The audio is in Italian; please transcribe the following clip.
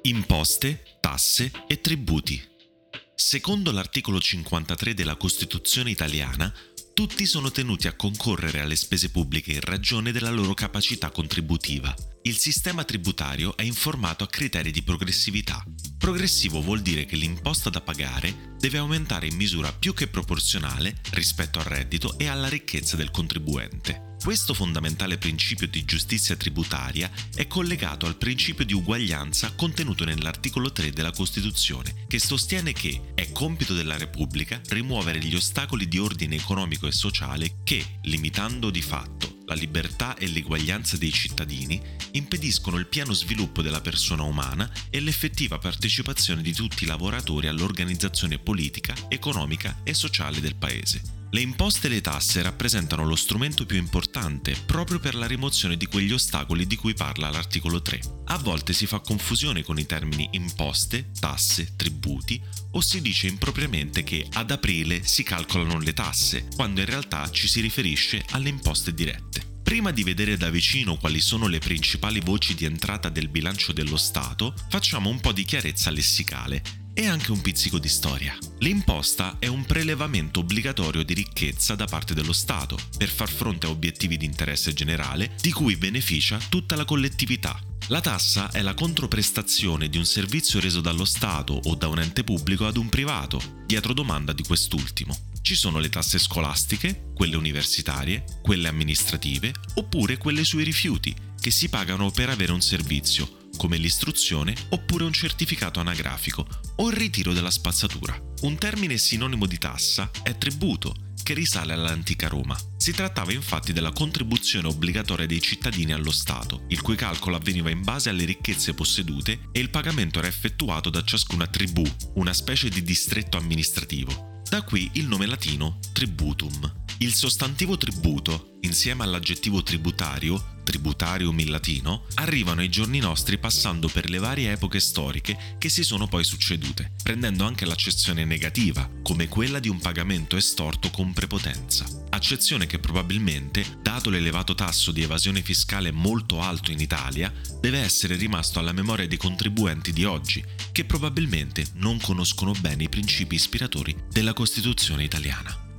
Imposte, tasse e tributi. Secondo l'articolo 53 della Costituzione italiana, tutti sono tenuti a concorrere alle spese pubbliche in ragione della loro capacità contributiva. Il sistema tributario è informato a criteri di progressività. Progressivo vuol dire che l'imposta da pagare deve aumentare in misura più che proporzionale rispetto al reddito e alla ricchezza del contribuente. Questo fondamentale principio di giustizia tributaria è collegato al principio di uguaglianza contenuto nell'articolo 3 della Costituzione, che sostiene che è compito della Repubblica rimuovere gli ostacoli di ordine economico e sociale che, limitando di fatto la libertà e l'eguaglianza dei cittadini, impediscono il pieno sviluppo della persona umana e l'effettiva partecipazione di tutti i lavoratori all'organizzazione politica, economica e sociale del Paese. Le imposte e le tasse rappresentano lo strumento più importante proprio per la rimozione di quegli ostacoli di cui parla l'articolo 3. A volte si fa confusione con i termini imposte, tasse, tributi, o si dice impropriamente che ad aprile si calcolano le tasse, quando in realtà ci si riferisce alle imposte dirette. Prima di vedere da vicino quali sono le principali voci di entrata del bilancio dello Stato, facciamo un po' di chiarezza lessicale e anche un pizzico di storia. L'imposta è un prelevamento obbligatorio di ricchezza da parte dello Stato per far fronte a obiettivi di interesse generale di cui beneficia tutta la collettività. La tassa è la controprestazione di un servizio reso dallo Stato o da un ente pubblico ad un privato, dietro domanda di quest'ultimo. Ci sono le tasse scolastiche, quelle universitarie, quelle amministrative, oppure quelle sui rifiuti, che si pagano per avere un servizio, come l'istruzione oppure un certificato anagrafico o il ritiro della spazzatura. Un termine sinonimo di tassa è tributo, che risale all'antica Roma. Si trattava infatti della contribuzione obbligatoria dei cittadini allo Stato, il cui calcolo avveniva in base alle ricchezze possedute e il pagamento era effettuato da ciascuna tribù, una specie di distretto amministrativo. Da qui il nome latino tributum. Il sostantivo tributo, insieme all'aggettivo tributario, tributarium in latino, arrivano ai giorni nostri passando per le varie epoche storiche che si sono poi succedute, prendendo anche l'accezione negativa, come quella di un pagamento estorto con prepotenza. Accezione che probabilmente, dato l'elevato tasso di evasione fiscale molto alto in Italia, deve essere rimasto alla memoria dei contribuenti di oggi, che probabilmente non conoscono bene i principi ispiratori della Costituzione italiana.